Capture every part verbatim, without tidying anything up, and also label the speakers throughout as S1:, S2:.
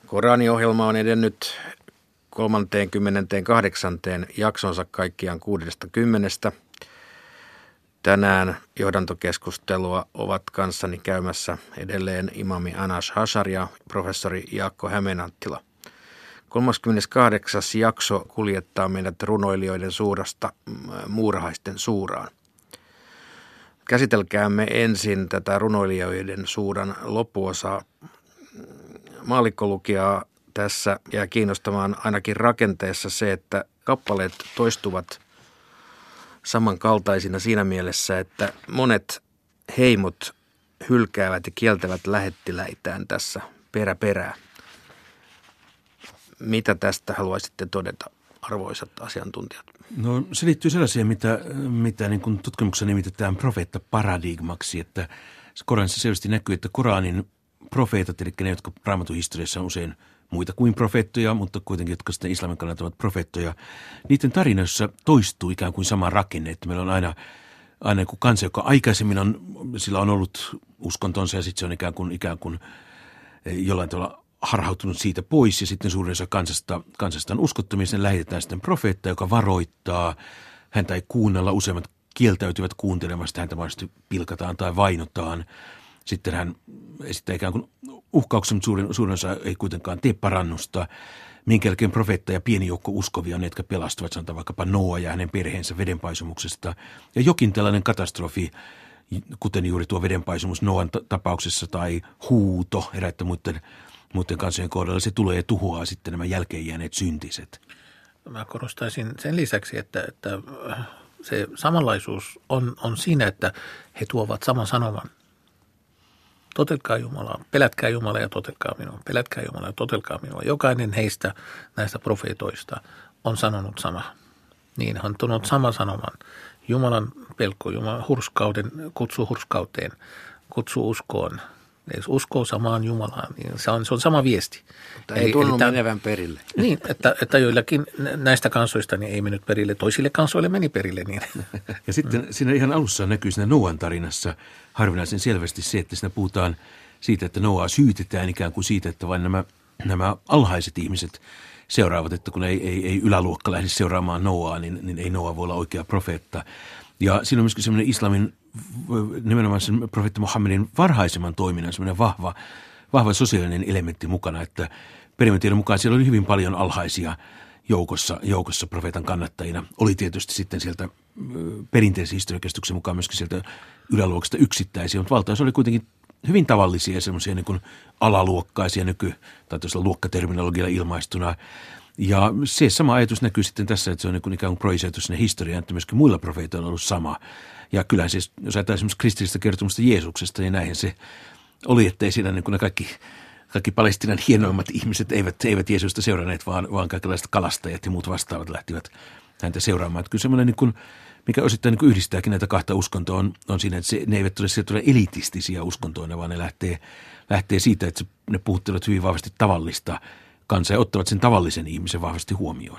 S1: Koraniohjelma on edennyt kolmekymmentäkahdeksan jaksonsa kaikkiaan kuudesta kymmenestä. Tänään johdantokeskustelua ovat kanssani käymässä edelleen imami Anas Hashar ja professori Jaakko Hämeenanttila. kolmaskymmeneskahdeksas jakso kuljettaa meidät runoilijoiden suurasta muurahaisten suuraan. Käsitelkäämme ensin tätä runoilijoiden suuran loppuosaa. Maallikkolukijaa tässä jää kiinnostamaan ainakin rakenteessa se, että kappaleet toistuvat samankaltaisina siinä mielessä, että monet heimot hylkäävät ja kieltävät lähettiläitään tässä perä perää. Mitä tästä haluaisitte todeta, arvoisat asiantuntijat?
S2: No se liittyy sellaiseen, mitä, mitä niin kuin tutkimuksessa nimitetään profeettaparadigmaksi, että Koranissa selvästi näkyy, että Koranin profeetat, eli ne, jotka Raamatun historiassa on usein muita kuin profeettoja, mutta kuitenkin, jotka sitten islamin kannalta ovat profeettoja, niiden tarinoissa toistuu ikään kuin sama rakenne, että meillä on aina, aina joku kansa, joka aikaisemmin on, sillä on ollut uskontonsa ja sitten se on ikään kuin, ikään kuin jollain tavalla harhautunut siitä pois ja sitten suurin osa kansasta, kansasta on uskottomia, sen lähetetään sitten profeetta, joka varoittaa, häntä ei kuunnella, useimmat kieltäytyvät kuuntelemasta, häntä mahdollisesti pilkataan tai vainotaan. Sitten hän esittää ikään kuin uhkauksen, mutta suurin, suurin osa ei kuitenkaan tee parannusta. Minkä jälkeen profeetta ja pieni joukko uskovia, ne, jotka pelastuvat, sanotaan vaikkapa Noa ja hänen perheensä vedenpaisumuksesta. Ja jokin tällainen katastrofi, kuten juuri tuo vedenpaisumus Noan tapauksessa tai huuto eräiden muiden, muiden kansojen kohdalla, se tulee ja tuhoaa sitten nämä jälkeen jääneet syntiset.
S3: Mä korostaisin sen lisäksi, että, että se samanlaisuus on, on siinä, että he tuovat saman sanoman. Totelkaa Jumalaa, pelätkää Jumalaa ja totelkaa minua, pelätkää Jumalaa ja totelkaa minua. Jokainen heistä näistä profeetoista on sanonut sama. Niin, hän on tullut saman sanoman. Jumalan pelko, Jumalan hurskauden, kutsu hurskauteen, kutsu uskoon. Jos uskoo samaan Jumalaan, niin se on, se on sama viesti.
S1: Mutta ei tunnu menevän perille.
S3: Niin, että, että joillakin näistä kansoista niin ei mennyt perille, toisille kansoille meni perille. Niin.
S2: Ja sitten siinä ihan alussa näkyy siinä Noan tarinassa harvinaisen selvästi se, että siinä puhutaan siitä, että Noaa syytetään ikään kuin siitä, että vain nämä, nämä alhaiset ihmiset seuraavat, että kun ei, ei, ei yläluokka lähde seuraamaan Noaa, niin, niin ei Noa voi olla oikea profeetta. Ja siinä on myöskin semmoinen islamin, nimenomaan sen profeetta Muhammedin varhaisemman toiminnan semmoinen vahva, vahva sosiaalinen elementti mukana, että perimätiedon mukaan siellä oli hyvin paljon alhaisia joukossa, joukossa profeetan kannattajina. Oli tietysti sitten sieltä perinteisen historiakäsityksen mukaan myöskin sieltä yläluokasta yksittäisiä, mutta valtaosa oli kuitenkin hyvin tavallisia semmoisia niin kuin alaluokkaisia nyky- tai tuossa luokkaterminologialla ilmaistuna. Ja se sama ajatus näkyy sitten tässä, että se on niin kuin ikään kuin projisoitu sinne historiaan, että myöskin muilla profeitoilla on ollut sama. Ja kyllähän siis, jos ajatellaan esimerkiksi kristillistä kertomusta Jeesuksesta, niin näinhän se oli, ettei siinä niin kuin ne kaikki, kaikki Palestiinan hienoimmat ihmiset eivät, eivät Jeesusta seuranneet, vaan, vaan kaikenlaiset kalastajat ja muut vastaavat lähtivät häntä seuraamaan. Että kyllä semmoinen, niin kuin, mikä osittain niin kuin yhdistääkin näitä kahta uskontoa, on, on siinä, että se, ne eivät ole sieltä elitistisiä uskontoina, vaan ne lähtee, lähtee siitä, että ne puhuttelevat hyvin vahvasti tavallista kansaa ja ottavat sen tavallisen ihmisen vahvasti huomioon.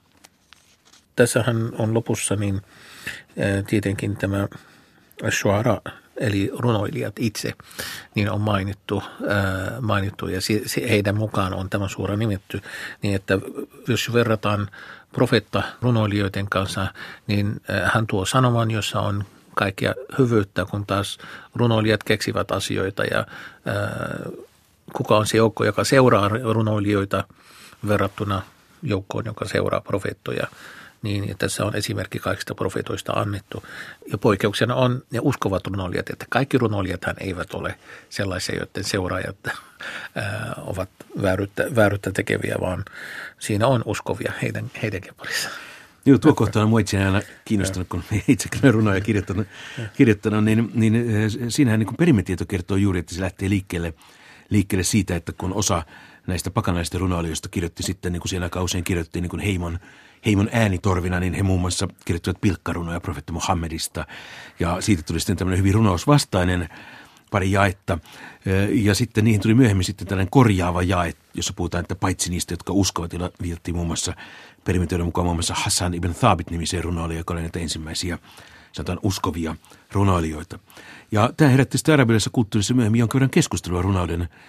S3: Tässähän on lopussa niin tietenkin tämä shuara, eli runoilijat itse, niin on mainittu, ää, mainittu ja se, se heidän mukaan on tämä suora nimetty. Niin että jos verrataan profeetta runoilijoiden kanssa, niin hän tuo sanoman, jossa on kaikkia hyvyyttä, kun taas runoilijat keksivät asioita ja ää, kuka on se joukko, joka seuraa runoilijoita verrattuna joukkoon, joka seuraa profeettoja. Niin, ja tässä on esimerkki kaikista profeetoista annettu. Ja poikkeuksena on ne uskovat runoilijat, että kaikki runoilijathan eivät ole sellaisia, joiden seuraajat ää, ovat vääryyttä, vääryyttä tekeviä, vaan siinä on uskovia heidän, heidänkin parissa.
S2: Joo, tuo kohta on mua itse aina kiinnostunut, kun itsekin runoja kirjoittanut, kirjoittanut niin, niin siinähän niin kuin perimetieto kertoo juuri, että se lähtee liikkeelle, liikkeelle siitä, että kun osa näistä pakanaisten runoilijoista kirjoitti sitten, niin kuin siinä aikaan usein kirjoitti niin kuin heimon, heimon äänitorvina, niin he muun muassa kirjoittivat pilkkarunoja profeetta Muhammedista. Ja siitä tuli sitten tämmöinen hyvin runousvastainen pari jaetta. Ja sitten niihin tuli myöhemmin sitten tällainen korjaava jae, jossa puhutaan, että paitsi niistä, jotka uskovat, joilla viitattiin muun muassa perimenteiden mukaan muun muassa Hassan ibn Thabit-nimiseen runoilija, joka oli näitä ensimmäisiä, sanotaan uskovia runoilijoita. Ja tämä herätti sitten arabilaisessa kulttuurissa myöhemmin jonkin verran keskustelua runouden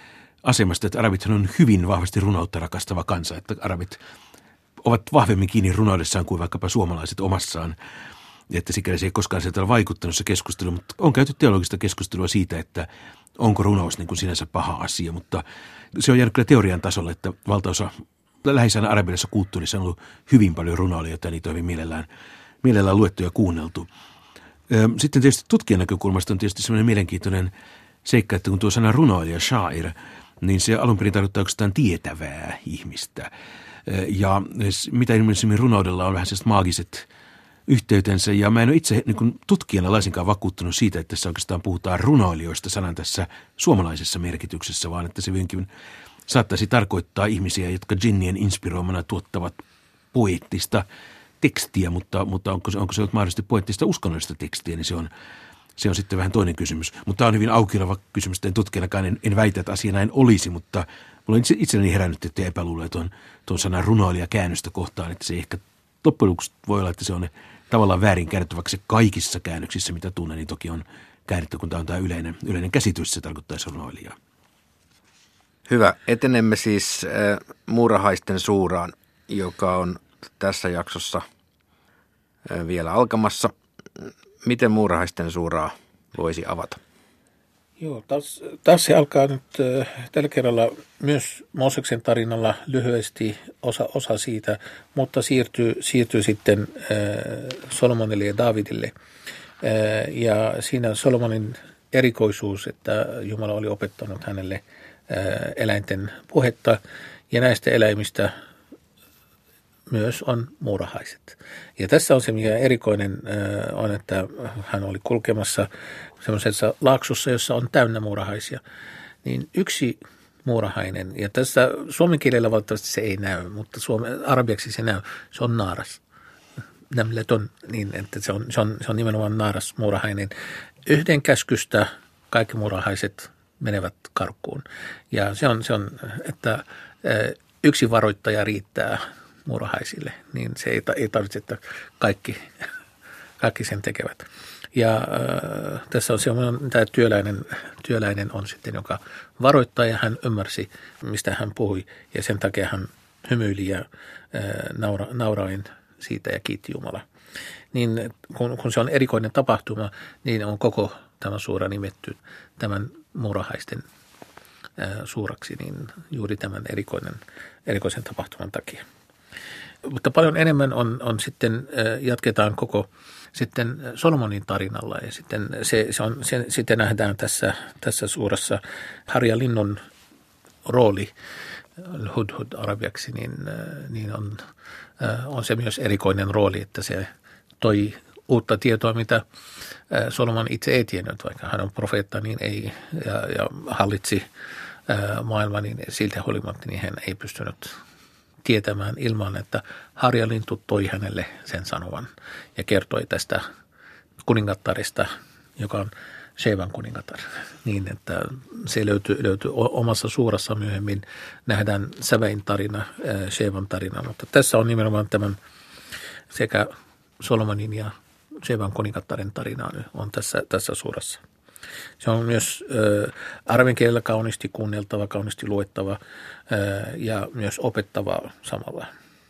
S2: asemasta, että arabithan on hyvin vahvasti runoutta rakastava kansa, että arabit ovat vahvemmin kiinni runoudessaan kuin vaikkapa suomalaiset omassaan. Että sikäli se ei koskaan sieltä ole vaikuttanut se keskustelu, mutta on käyty teologista keskustelua siitä, että onko runous niin kuin sinänsä paha asia, mutta se on jäänyt kyllä teorian tasolle, että valtaosa lähisenä arabilaisessa kulttuurissa on ollut hyvin paljon runoilijoita ja niitä on hyvin mielellään, mielellään luettu ja kuunneltu. Sitten tietysti tutkijan näkökulmasta on tietysti sellainen mielenkiintoinen seikka, että kun tuo sana runoilija, sha'ir, niin se alun perin tarkoittaa oikeastaan tietävää ihmistä. Ja mitä ilmeisemmin runoudella on vähän sellaiset maagiset yhteytensä, ja mä en ole itse niin kuin tutkijana laisinkaan vakuuttunut siitä, että tässä oikeastaan puhutaan runoilijoista sanan tässä suomalaisessa merkityksessä, vaan että se hyvinkin saattaisi tarkoittaa ihmisiä, jotka djinnien inspiroimana tuottavat poeettista tekstiä, mutta, mutta onko se, onko se ollut mahdollisesti poeettista uskonnollista tekstiä, niin se on, se on sitten vähän toinen kysymys. Mutta tämä on hyvin aukioleva kysymys, en tutkijanakaan en, en väitä, että asia näin olisi, mutta mulla on itse, itselleni herännyt tiettyjä epäluuloja tuon, tuon sanan runoilija käännöstä kohtaan, että se ehkä loppujen lopuksi voi olla, että se on tavallaan väärin käännetty, vaikka se kaikissa käännöksissä, mitä tunnen, niin toki on käännetty, kun tämä on tämä yleinen, yleinen käsitys, se tarkoittaisi runoilijaa.
S1: Hyvä. Etenemme siis äh, muurahaisten suuraan, joka on tässä jaksossa äh, vielä alkamassa. Miten muurahaisten suuraa voisi avata?
S3: Joo, taas, taas se alkaa nyt äh, tällä kerralla myös Mooseksen tarinalla lyhyesti osa, osa siitä, mutta siirtyy, siirtyy sitten äh, Solomonille ja Daavidille. Äh, ja siinä Solomonin erikoisuus, että Jumala oli opettanut hänelle äh, eläinten puhetta, ja näistä eläimistä myös on muurahaiset. Ja tässä on se, mikä erikoinen äh, on, että hän oli kulkemassa semmoisessa laaksossa, jossa on täynnä muurahaisia. Niin yksi muurahainen, ja tässä suomen kielellä valitettavasti se ei näy, mutta suomen, arabiaksi se näy, se on naaras. Nämleton, niin että se on, se on, se on nimenomaan naaras muurahainen. Yhden käskystä kaikki muurahaiset menevät karkuun. Ja se on, se on että äh, yksi varoittaja riittää muurahaisille, niin se ei, ei tarvitse, että kaikki, kaikki sen tekevät. Ja äh, tässä on semmoinen, tämä työläinen, työläinen on sitten, joka varoittaa ja hän ymmärsi, mistä hän puhui ja sen takia hän hymyili ja äh, naura, naurain siitä ja kiitti Jumala. Niin kun, kun se on erikoinen tapahtuma, niin on koko tämä suura nimetty tämän muurahaisten äh, suuraksi, niin juuri tämän erikoinen, erikoisen tapahtuman takia. Mutta paljon enemmän on, on sitten, jatketaan koko sitten Solomonin tarinalla ja sitten se, se on, se, sitten nähdään tässä, tässä suurassa Harja Linnun rooli, hudhud arabiaksi, niin, niin on, on se myös erikoinen rooli, että se toi uutta tietoa, mitä Solomon itse ei tiennyt, vaikka hän on profeetta, niin ei, ja, ja hallitsi maailmaa, niin siltä huolimatta niin hän ei pystynyt tietämään ilman, että harjalintu toi hänelle sen sanovan ja kertoi tästä kuningattarista, joka on Shevan kuningatar. Niin, että se löytyy, löytyy omassa suurassa myöhemmin. Nähdään Sävein tarina, Shevan tarina, mutta tässä on nimenomaan tämän sekä Solomonin ja Shevan kuningattaren tarina on tässä, tässä suurassa. Se on myös äh, arabin kielellä kauniisti kuunneltava, kauniisti luettava äh, ja myös opettava samalla.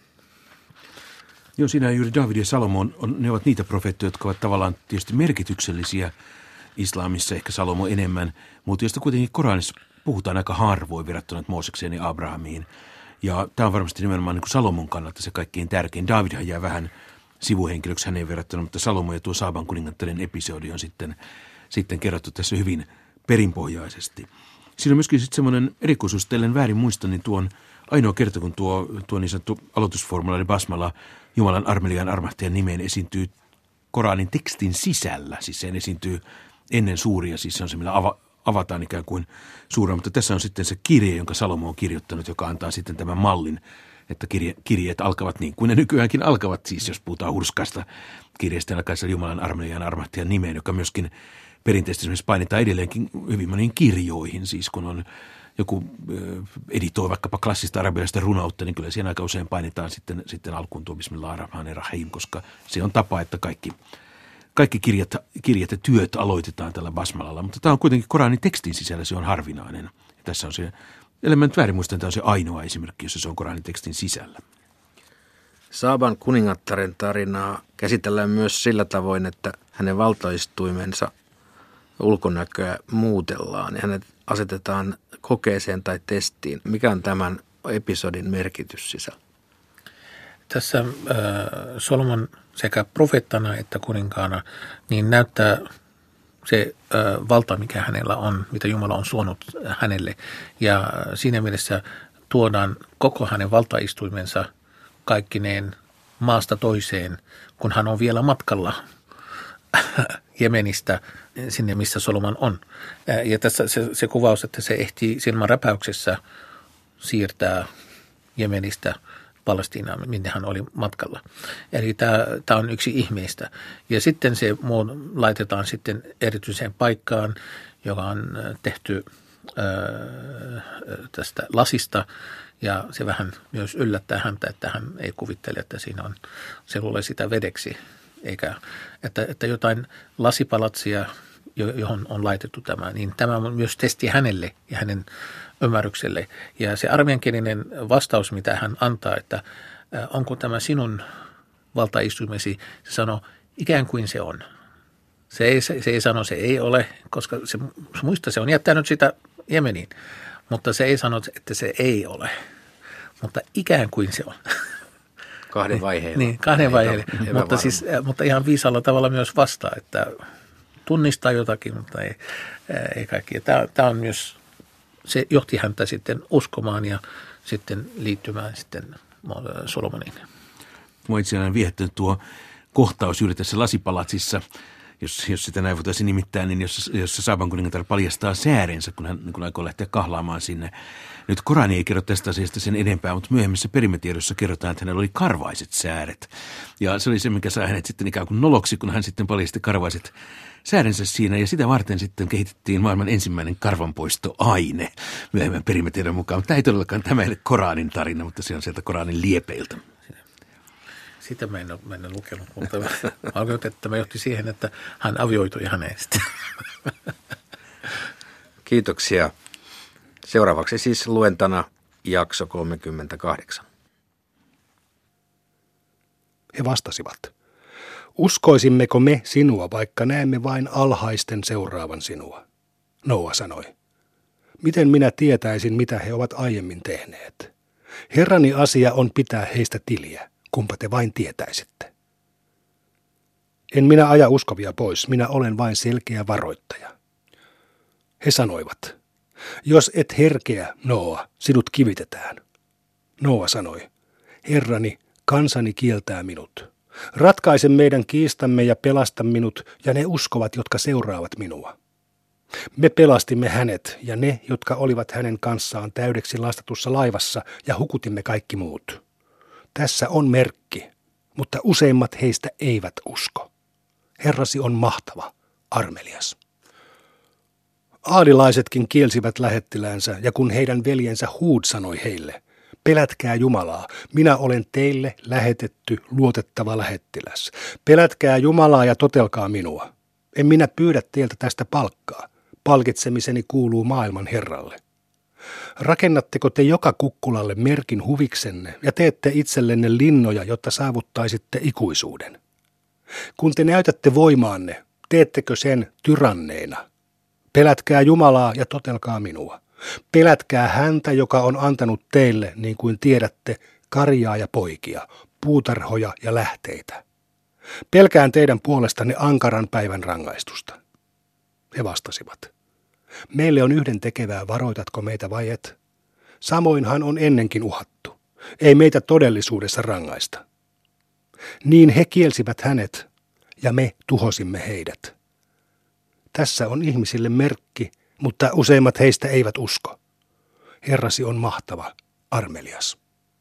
S2: Joo, siinä juuri David ja Salomo, on, on, ne ovat niitä profeettoja, jotka ovat tavallaan tietysti merkityksellisiä islamissa, ehkä Salomo enemmän, mutta josta kuitenkin Koranissa puhutaan aika harvoin verrattuna Moosekseen ja Abrahamiin. Ja tämä on varmasti nimenomaan niin kuin Salomon kannalta se kaikkein tärkein. Davidhan jää vähän sivuhenkilöksi häneen verrattuna, mutta Salomo ja tuo Saaban kuningattaren episodi on sitten sitten kerrottu tässä hyvin perinpohjaisesti. Siinä on myöskin sitten semmoinen erikoisuus, teille väärin muistan, niin tuo on ainoa kerta, kun tuo, tuo niin sanottu aloitusformula, eli basmala, Jumalan armelijan armahtajan nimeen esiintyy Koranin tekstin sisällä. Siis se esiintyy ennen suuria, siis se on se, millä ava, avataan ikään kuin suuria, mutta tässä on sitten se kirje, jonka Salomo on kirjoittanut, joka antaa sitten tämän mallin, että kirje, kirjeet alkavat niin kuin ne nykyäänkin alkavat, siis jos puhutaan hurskasta kirjeestä, alkaessa Jumalan armelijan armahtajan nimeen, joka myöskin perinteisesti esimerkiksi painetaan edelleenkin hyvin moniin kirjoihin, siis kun on joku editoi vaikkapa klassista arabialaista runoutta, niin kyllä siihen aika usein painetaan sitten, sitten alkuun tuo Bismillahirrahmanirrahim, koska se on tapa, että kaikki, kaikki kirjat, kirjat ja työt aloitetaan tällä basmalalla, mutta tämä on kuitenkin Koranin tekstin sisällä, se on harvinainen. Ja tässä on se Ellei mä nyt väärin muistan, tämä on se ainoa esimerkki, jossa se on Koranin tekstin sisällä.
S1: Saaban kuningattaren tarinaa käsitellään myös sillä tavoin, että hänen valtaistuimensa ulkonäköä muutellaan ja hänet asetetaan kokeeseen tai testiin. Mikä on tämän episodin merkitys sisällä?
S3: Tässä äh, Solomon sekä profeettana että kuninkaana niin näyttää se äh, valta, mikä hänellä on, mitä Jumala on suonut hänelle. Ja siinä mielessä tuodaan koko hänen valtaistuimensa kaikkineen maasta toiseen, kun hän on vielä matkalla Jemenistä sinne, missä Solomon on. Ja tässä se, se kuvaus, että se ehtii silmänräpäyksessä siirtää Jemenistä Palestiinaan, minne hän oli matkalla. Eli tämä, tämä on yksi ihmeistä. Ja sitten se muu laitetaan sitten erityiseen paikkaan, joka on tehty ää, tästä lasista. Ja se vähän myös yllättää häntä, että hän ei kuvittele, että siinä on, se luulee sitä vedeksi. Eikä, että, että jotain lasipalatsia, johon on laitettu tämä, niin tämä on myös testi hänelle ja hänen ymmärrykselle. Ja se armeenkielinen vastaus, mitä hän antaa, että onko tämä sinun valtaistuimesi, se sanoo ikään kuin se on. Se ei, se, se ei sano, se ei ole, koska se, muista se on jättänyt sitä Jemeniin, mutta se ei sano, että se ei ole, mutta ikään kuin se on.
S1: Kahden vaiheella.
S3: Niin, kahden vaiheella, mutta, siis, mutta ihan viisalla tavalla myös vastaa, että tunnistaa jotakin, mutta ei, ei kaikki. Tämä, tämä on myös, se johti häntä sitten uskomaan ja sitten liittymään sitten Solomoniin.
S2: Mua itse asiassa viehättänyt tuo kohtaus juuri tässä lasipalatsissa, jos, jos sitä näin voitaisiin nimittää, niin jos, jos Saaban kuningatar paljastaa säärensä, kun hän kun aikoo lähteä kahlaamaan sinne. Nyt Korani ei kerro tästä asiasta sen enempää, mutta myöhemmissä perimätiedossa kerrotaan, että hänellä oli karvaiset sääret. Ja se oli se, mikä sai hänet sitten ikään kuin noloksi, kun hän sitten paljasti karvaiset säärensä siinä. Ja sitä varten sitten kehitettiin maailman ensimmäinen karvanpoistoaine myöhemmän perimätiedon mukaan. Mutta tämä ei todellakaan tämä ei ole Koranin tarina, mutta se on sieltä Koranin liepeiltä.
S3: Sitä mä en ole, mä en ole lukenut, mutta alkoin, että tämä johti siihen, että hän avioitui hänestä.
S1: Kiitoksia. Seuraavaksi siis luentana jakso kolmekymmentäkahdeksan.
S4: He vastasivat, uskoisimmeko me sinua, vaikka näemme vain alhaisten seuraavan sinua? Noa sanoi, miten minä tietäisin, mitä he ovat aiemmin tehneet? Herrani asia on pitää heistä tiliä, kumpa te vain tietäisitte. En minä aja uskovia pois, minä olen vain selkeä varoittaja. He sanoivat, jos et herkeä, Noa, sinut kivitetään. Noa sanoi, Herrani, kansani kieltää minut. Ratkaise meidän kiistamme ja pelasta minut ja ne uskovat, jotka seuraavat minua. Me pelastimme hänet ja ne, jotka olivat hänen kanssaan täydeksi lastatussa laivassa ja hukutimme kaikki muut. Tässä on merkki, mutta useimmat heistä eivät usko. Herrasi on mahtava, armelias. Aadilaisetkin kielsivät lähettiläänsä, ja kun heidän veljensä Huud sanoi heille, pelätkää Jumalaa, minä olen teille lähetetty luotettava lähettiläs. Pelätkää Jumalaa ja totelkaa minua. En minä pyydä teiltä tästä palkkaa. Palkitsemiseni kuuluu maailman Herralle. Rakennatteko te joka kukkulalle merkin huviksenne ja teette itsellenne linnoja, jotta saavuttaisitte ikuisuuden? Kun te näytätte voimaanne, teettekö sen tyranneina? Pelätkää Jumalaa ja totelkaa minua. Pelätkää häntä, joka on antanut teille, niin kuin tiedätte, karjaa ja poikia, puutarhoja ja lähteitä. Pelkään teidän puolestanne ankaran päivän rangaistusta. He vastasivat. Meille on yhden tekevää, varoitatko meitä vai et? Samoinhan on ennenkin uhattu. Ei meitä todellisuudessa rangaista. Niin he kielsivät hänet, ja me tuhosimme heidät. Tässä on ihmisille merkki, mutta useimmat heistä eivät usko. Herrasi on mahtava, armelias.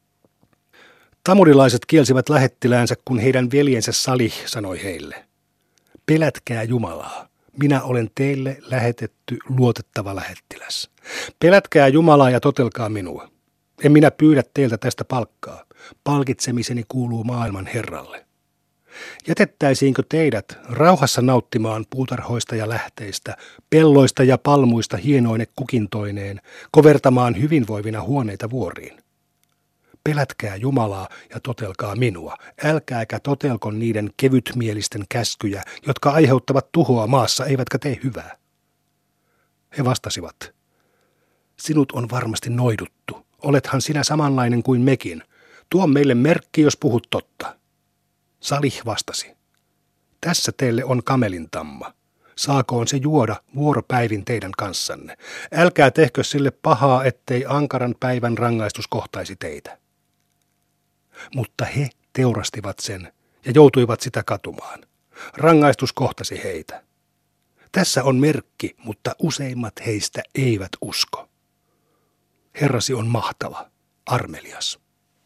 S4: Tamurilaiset kielsivät lähettiläänsä, kun heidän veljensä Salih sanoi heille. Pelätkää Jumalaa. Minä olen teille lähetetty luotettava lähettiläs. Pelätkää Jumalaa ja totelkaa minua. En minä pyydä teiltä tästä palkkaa. Palkitsemiseni kuuluu maailman Herralle. Jätettäisiinkö teidät rauhassa nauttimaan puutarhoista ja lähteistä, pelloista ja palmuista hienoine kukintoineen, kovertamaan hyvinvoivina huoneita vuoriin? Pelätkää Jumalaa ja totelkaa minua, älkääkä totelko niiden kevytmielisten käskyjä, jotka aiheuttavat tuhoa maassa, eivätkä tee hyvää. He vastasivat, sinut on varmasti noiduttu, olethan sinä samanlainen kuin mekin, tuo meille merkki, jos puhut totta. Salih vastasi, tässä teille on kamelintamma, saakoon se juoda vuoropäivin teidän kanssanne, älkää tehkö sille pahaa, ettei ankaran päivän rangaistus kohtaisi teitä. Mutta he teurastivat sen ja joutuivat sitä katumaan. Rangaistus kohtasi heitä. Tässä on merkki, mutta useimmat heistä eivät usko. Herrasi on mahtava, armelias.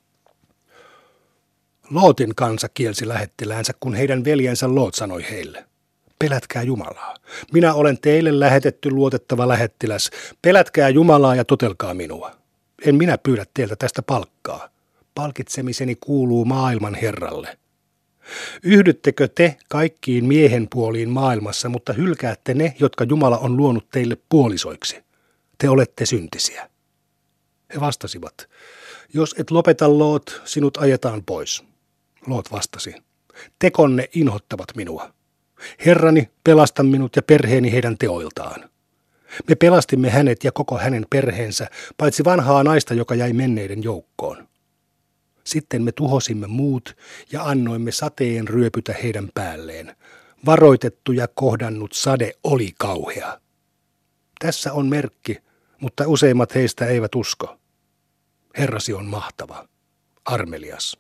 S4: Lootin kansa kielsi lähettiläänsä, kun heidän veljensä Loot sanoi heille, pelätkää Jumalaa. Minä olen teille lähetetty luotettava lähettiläs. Pelätkää Jumalaa ja totelkaa minua. En minä pyydä teiltä tästä palkkaa. Palkitsemiseni kuuluu maailman Herralle. Yhdyttekö te kaikkiin miehen puoliin maailmassa, mutta hylkäätte ne, jotka Jumala on luonut teille puolisoiksi? Te olette syntisiä. He vastasivat, jos et lopeta Loot, sinut ajetaan pois. Loot vastasi, tekonne inhottavat minua. Herrani, pelasta minut ja perheeni heidän teoiltaan. Me pelastimme hänet ja koko hänen perheensä, paitsi vanhaa naista, joka jäi menneiden joukkoon. Sitten me tuhosimme muut ja annoimme sateen ryöpytä heidän päälleen. Varoitettu ja kohdannut sade oli kauhea. Tässä on merkki, mutta useimmat heistä eivät usko. Herrasi on mahtava, armelias.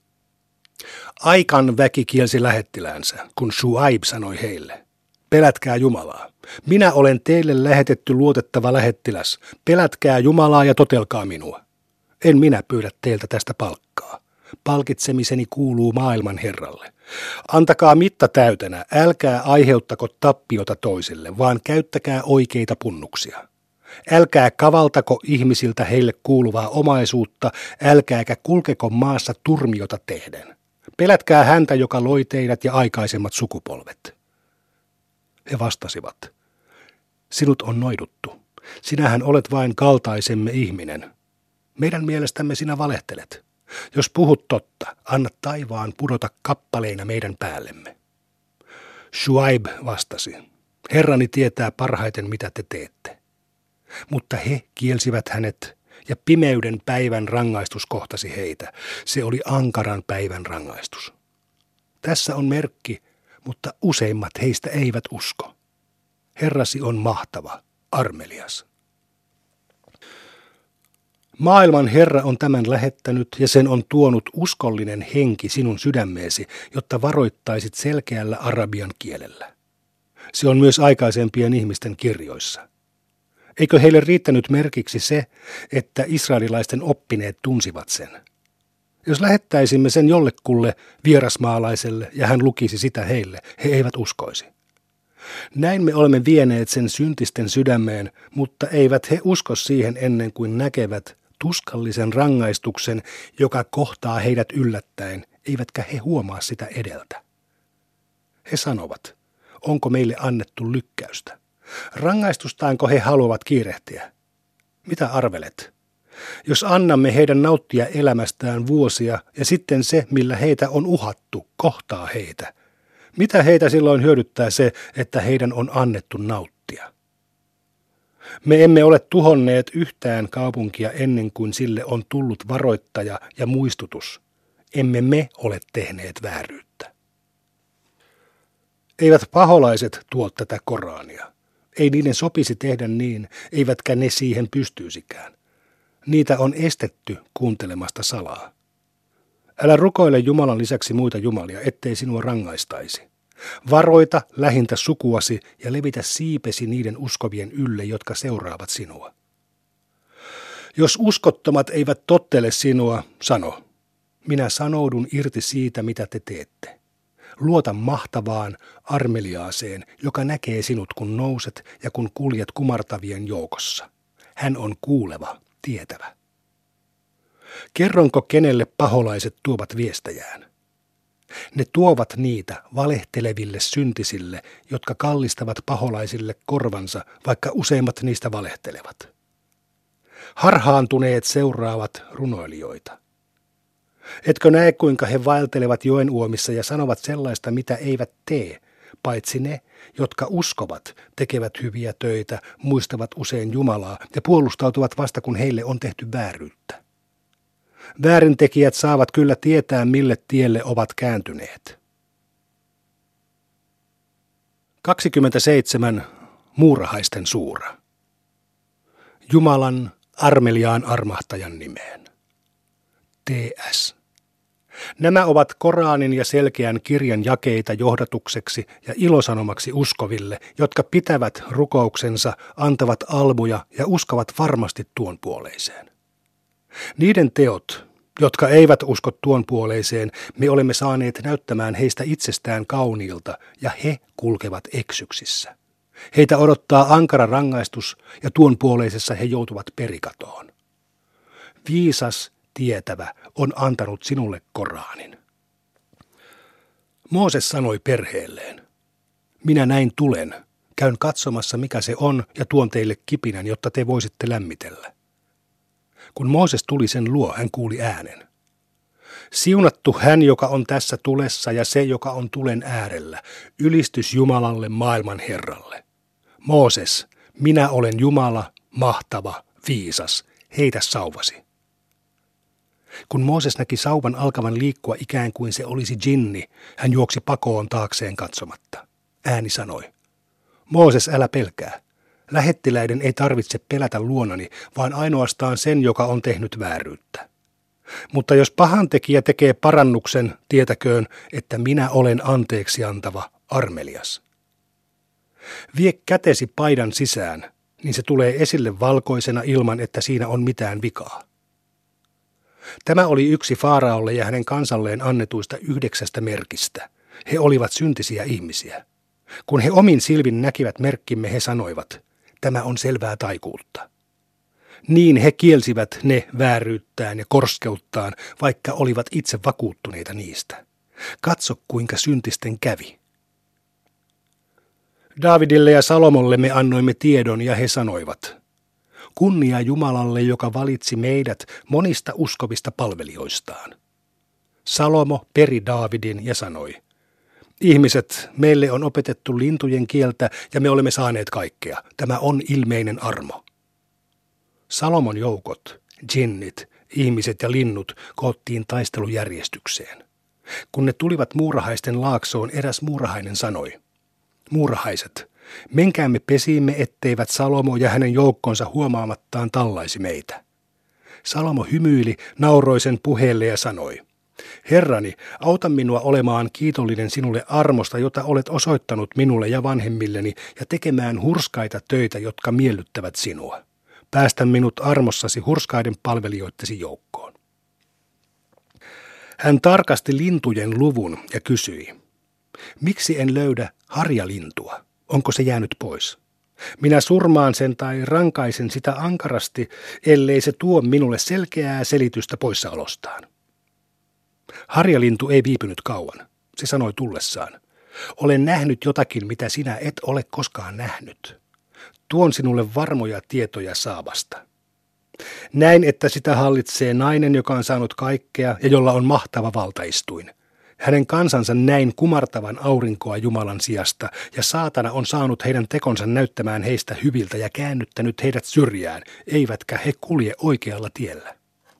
S4: Aikan väki kielsi lähettiläänsä, kun Shuaib sanoi heille, pelätkää Jumalaa. Minä olen teille lähetetty luotettava lähettiläs. Pelätkää Jumalaa ja totelkaa minua. En minä pyydä teiltä tästä palkkaa. Palkitsemiseni kuuluu maailman Herralle. Antakaa mitta täytänä, älkää aiheuttako tappiota toisille, vaan käyttäkää oikeita punnuksia. Älkää kavaltako ihmisiltä heille kuuluvaa omaisuutta, älkääkä kulkeko maassa turmiota tehden. Pelätkää häntä, joka loi teidät ja aikaisemmat sukupolvet. He vastasivat, sinut on noiduttu. Sinähän olet vain kaltaisemme ihminen. Meidän mielestämme sinä valehtelet. Jos puhut totta, anna taivaan pudota kappaleina meidän päällemme. Shuaib vastasi, Herrani tietää parhaiten mitä te teette. Mutta he kielsivät hänet ja pimeyden päivän rangaistus kohtasi heitä. Se oli ankaran päivän rangaistus. Tässä on merkki, mutta useimmat heistä eivät usko. Herrasi on mahtava, armelias. Maailman Herra on tämän lähettänyt ja sen on tuonut uskollinen henki sinun sydämeesi, jotta varoittaisit selkeällä arabian kielellä. Se on myös aikaisempien ihmisten kirjoissa. Eikö heille riittänyt merkiksi se, että israelilaisten oppineet tunsivat sen? Jos lähettäisimme sen jollekulle vierasmaalaiselle ja hän lukisi sitä heille, he eivät uskoisi. Näin me olemme vieneet sen syntisten sydämeen, mutta eivät he usko siihen ennen kuin näkevät tuskallisen rangaistuksen, joka kohtaa heidät yllättäen, eivätkä he huomaa sitä edeltä. He sanovat, onko meille annettu lykkäystä? Rangaistustaanko he haluavat kiirehtiä? Mitä arvelet? Jos annamme heidän nauttia elämästään vuosia ja sitten se, millä heitä on uhattu, kohtaa heitä. Mitä heitä silloin hyödyttää se, että heidän on annettu nauttia? Me emme ole tuhonneet yhtään kaupunkia ennen kuin sille on tullut varoittaja ja muistutus. Emme me ole tehneet vääryyttä. Eivät paholaiset tuo tätä Korania. Ei niiden sopisi tehdä niin, eivätkä ne siihen pystyisikään. Niitä on estetty kuuntelemasta salaa. Älä rukoile Jumalan lisäksi muita jumalia, ettei sinua rangaistaisi. Varoita lähintä sukuasi ja levitä siipesi niiden uskovien ylle, jotka seuraavat sinua. Jos uskottomat eivät tottele sinua, sano, minä sanoudun irti siitä, mitä te teette. Luota mahtavaan, armeliaaseen, joka näkee sinut, kun nouset ja kun kuljet kumartavien joukossa. Hän on kuuleva, tietävä. Kerronko, kenelle paholaiset tuovat viestäjään? Ne tuovat niitä valehteleville syntisille, jotka kallistavat paholaisille korvansa, vaikka useimmat niistä valehtelevat. Harhaantuneet seuraavat runoilijoita. Etkö näe, kuinka he vaeltelevat joen uomissa ja sanovat sellaista, mitä eivät tee, paitsi ne, jotka uskovat, tekevät hyviä töitä, muistavat usein Jumalaa ja puolustautuvat vasta, kun heille on tehty vääryyttä. Väärintekijät saavat kyllä tietää, mille tielle ovat kääntyneet. kaksikymmentäseitsemän. Muurahaisten suura. Jumalan armeliaan armahtajan nimeen. T S. Nämä ovat Koraanin ja selkeän kirjan jakeita johdatukseksi ja ilosanomaksi uskoville, jotka pitävät rukouksensa, antavat almuja ja uskovat varmasti tuon puoleiseen. Niiden teot, jotka eivät usko tuon puoleiseen, me olemme saaneet näyttämään heistä itsestään kauniilta ja he kulkevat eksyksissä. Heitä odottaa ankara rangaistus ja tuon puoleisessa he joutuvat perikatoon. Viisas tietävä on antanut sinulle Koraanin. Mooses sanoi perheelleen, minä näin tulen, käyn katsomassa mikä se on ja tuon teille kipinän, jotta te voisitte lämmitellä. Kun Mooses tuli sen luo, hän kuuli äänen. Siunattu hän, joka on tässä tulessa ja se, joka on tulen äärellä, ylistys Jumalalle maailman Herralle. Mooses, minä olen Jumala, mahtava, viisas, heitä sauvasi. Kun Mooses näki sauvan alkavan liikkua ikään kuin se olisi djinni, hän juoksi pakoon taakseen katsomatta. Ääni sanoi, Mooses, älä pelkää. Lähettiläiden ei tarvitse pelätä luonani, vaan ainoastaan sen, joka on tehnyt vääryyttä. Mutta jos pahantekijä tekee parannuksen, tietäköön, että minä olen anteeksi antava, armelias. Vie kätesi paidan sisään, niin se tulee esille valkoisena ilman, että siinä on mitään vikaa. Tämä oli yksi Faaraolle ja hänen kansalleen annetuista yhdeksästä merkistä. He olivat syntisiä ihmisiä. Kun he omin silmin näkivät merkkimme, he sanoivat, tämä on selvää taikuutta. Niin he kielsivät ne vääryyttään ja korskeuttaan, vaikka olivat itse vakuuttuneita niistä. Katso, kuinka syntisten kävi. Daavidille ja Salomolle me annoimme tiedon ja he sanoivat, kunnia Jumalalle, joka valitsi meidät monista uskovista palvelijoistaan. Salomo peri Daavidin ja sanoi, ihmiset, meille on opetettu lintujen kieltä ja me olemme saaneet kaikkea. Tämä on ilmeinen armo. Salomon joukot, djinnit, ihmiset ja linnut koottiin taistelujärjestykseen. Kun ne tulivat muurahaisten laaksoon, eräs muurahainen sanoi, muurahaiset, menkäämme pesiimme, etteivät Salomo ja hänen joukkonsa huomaamattaan tallaisi meitä. Salomo hymyili nauroisen puheelle ja sanoi, Herrani, auta minua olemaan kiitollinen sinulle armosta, jota olet osoittanut minulle ja vanhemmilleni, ja tekemään hurskaita töitä, jotka miellyttävät sinua. Päästä minut armossasi hurskaiden palvelijoittesi joukkoon. Hän tarkasti lintujen luvun ja kysyi, miksi en löydä harjalintua? Onko se jäänyt pois? Minä surmaan sen tai rankaisen sitä ankarasti, ellei se tuo minulle selkeää selitystä poissaolostaan. Harjalintu ei viipynyt kauan. Se sanoi tullessaan, olen nähnyt jotakin, mitä sinä et ole koskaan nähnyt. Tuon sinulle varmoja tietoja Saabasta. Näin, että sitä hallitsee nainen, joka on saanut kaikkea ja jolla on mahtava valtaistuin. Hänen kansansa näin kumartavan aurinkoa Jumalan sijasta, ja saatana on saanut heidän tekonsa näyttämään heistä hyviltä ja käännyttänyt heidät syrjään, eivätkä he kulje oikealla tiellä.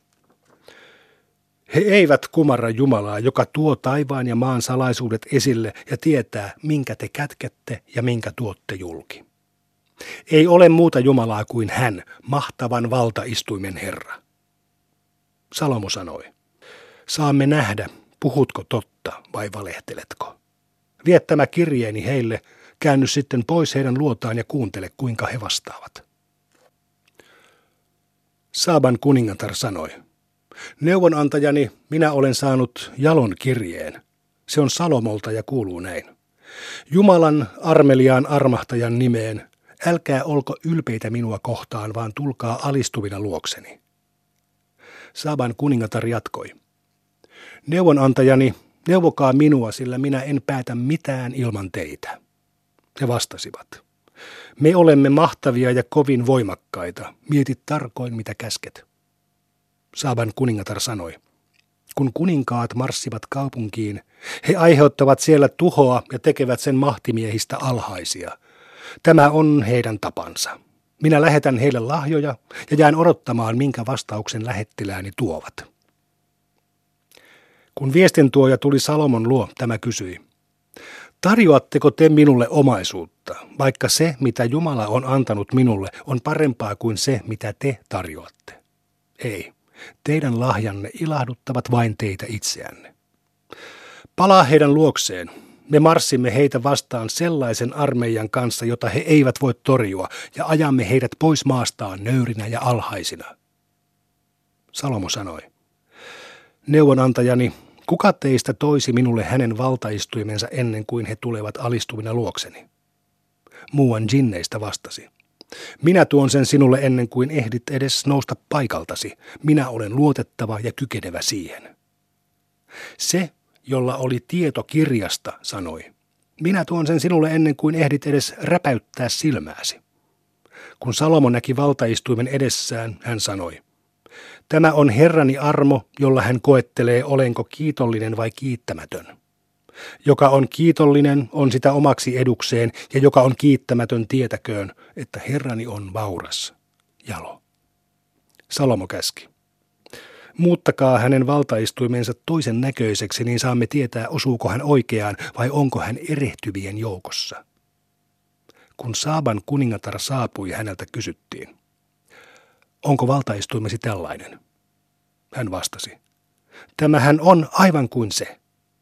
S4: He eivät kumarra Jumalaa, joka tuo taivaan ja maan salaisuudet esille ja tietää, minkä te kätkette ja minkä tuotte julki. Ei ole muuta Jumalaa kuin hän, mahtavan valtaistuimen Herra. Salomo sanoi, saamme nähdä, puhutko totta vai valehteletko. Vie tämä kirjeeni heille, käänny sitten pois heidän luotaan ja kuuntele, kuinka he vastaavat. Saaban kuningatar sanoi, neuvonantajani, minä olen saanut jalon kirjeen. Se on Salomolta ja kuuluu näin. Jumalan armeliaan armahtajan nimeen, älkää olko ylpeitä minua kohtaan, vaan tulkaa alistuvina luokseni. Saaban kuningatar jatkoi. Neuvonantajani, Neuvokaa minua, sillä minä en päätä mitään ilman teitä. He vastasivat. Me olemme mahtavia ja kovin voimakkaita. Mieti tarkoin, mitä käsket. Saaban kuningatar sanoi. Kun kuninkaat marssivat kaupunkiin, he aiheuttavat siellä tuhoa ja tekevät sen mahtimiehistä alhaisia. Tämä on heidän tapansa. Minä lähetän heille lahjoja ja jään odottamaan, minkä vastauksen lähettilääni tuovat. Kun viestintuoja tuli Salomon luo, tämä kysyi. Tarjoatteko te minulle omaisuutta, vaikka se, mitä Jumala on antanut minulle, on parempaa kuin se, mitä te tarjoatte? Ei. Teidän lahjanne ilahduttavat vain teitä itseänne. Palaa heidän luokseen. Me marssimme heitä vastaan sellaisen armeijan kanssa, jota he eivät voi torjua, ja ajamme heidät pois maastaan nöyrinä ja alhaisina. Salomo sanoi, neuvonantajani, kuka teistä toisi minulle hänen valtaistuimensa ennen kuin he tulevat alistuvina luokseni? Muuan jinneistä vastasi. Minä tuon sen sinulle ennen kuin ehdit edes nousta paikaltasi. Minä olen luotettava ja kykenevä siihen. Se, jolla oli tieto kirjasta, sanoi. Minä tuon sen sinulle ennen kuin ehdit edes räpäyttää silmääsi. Kun Salomo näki valtaistuimen edessään, hän sanoi. Tämä on Herrani armo, jolla hän koettelee, olenko kiitollinen vai kiittämätön. Joka on kiitollinen, on sitä omaksi edukseen, ja joka on kiittämätön, tietäköön, että Herrani on vauras, jalo. Salomo käski. Muuttakaa hänen valtaistuimensa toisen näköiseksi, niin saamme tietää, osuuko hän oikeaan vai onko hän erehtyvien joukossa. Kun Saaban kuningatar saapui, häneltä kysyttiin. Onko valtaistuimesi tällainen? Hän vastasi. Tämähän on aivan kuin se.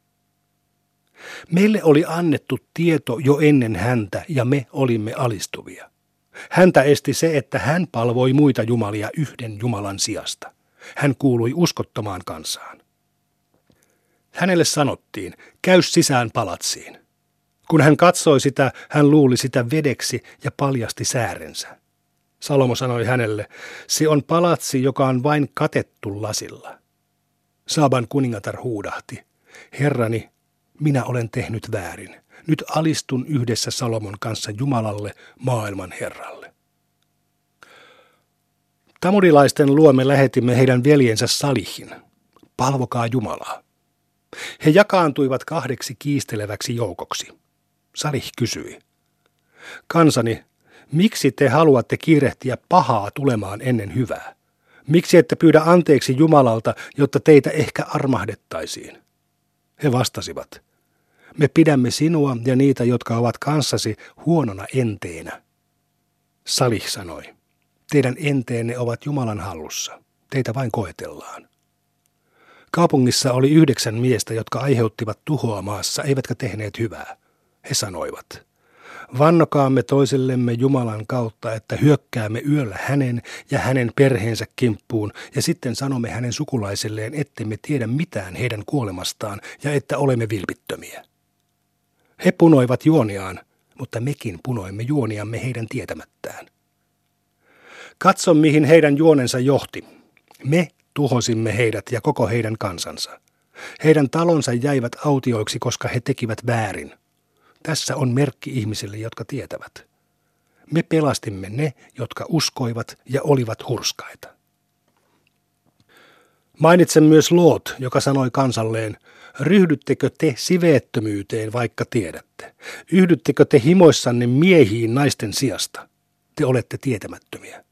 S4: Meille oli annettu tieto jo ennen häntä ja me olimme alistuvia. Häntä esti se, että hän palvoi muita jumalia yhden Jumalan sijasta. Hän kuului uskottomaan kansaan. Hänelle sanottiin, käy sisään palatsiin. Kun hän katsoi sitä, hän luuli sitä vedeksi ja paljasti säärensä. Salomo sanoi hänelle, se on palatsi, joka on vain katettu lasilla. Saaban kuningatar huudahti, Herrani, minä olen tehnyt väärin. Nyt alistun yhdessä Salomon kanssa Jumalalle, maailman Herralle. Tamurilaisten luo me lähetimme heidän veljensä Salihin. Palvokaa Jumalaa. He jakaantuivat kahdeksi kiisteleväksi joukoksi. Salih kysyi. Kansani, miksi te haluatte kiirehtiä pahaa tulemaan ennen hyvää? Miksi ette pyydä anteeksi Jumalalta, jotta teitä ehkä armahdettaisiin? He vastasivat. Me pidämme sinua ja niitä, jotka ovat kanssasi, huonona enteenä. Salih sanoi. Teidän enteenne ovat Jumalan hallussa. Teitä vain koetellaan. Kaupungissa oli yhdeksän miestä, jotka aiheuttivat tuhoa maassa, eivätkä tehneet hyvää. He sanoivat, vannokaamme toisellemme Jumalan kautta, että hyökkäämme yöllä hänen ja hänen perheensä kimppuun, ja sitten sanomme hänen sukulaiselleen, ettemme tiedä mitään heidän kuolemastaan, ja että olemme vilpittömiä. He punoivat juoniaan, mutta mekin punoimme juoniamme heidän tietämättään. Katso, mihin heidän juonensa johti. Me tuhosimme heidät ja koko heidän kansansa. Heidän talonsa jäivät autioiksi, koska he tekivät väärin. Tässä on merkki ihmisille, jotka tietävät. Me pelastimme ne, jotka uskoivat ja olivat hurskaita. Mainitsen myös Loot, joka sanoi kansalleen, ryhdyttekö te siveettömyyteen, vaikka tiedätte? Yhdyttekö te himoissanne miehiin naisten sijasta? Te olette tietämättömiä.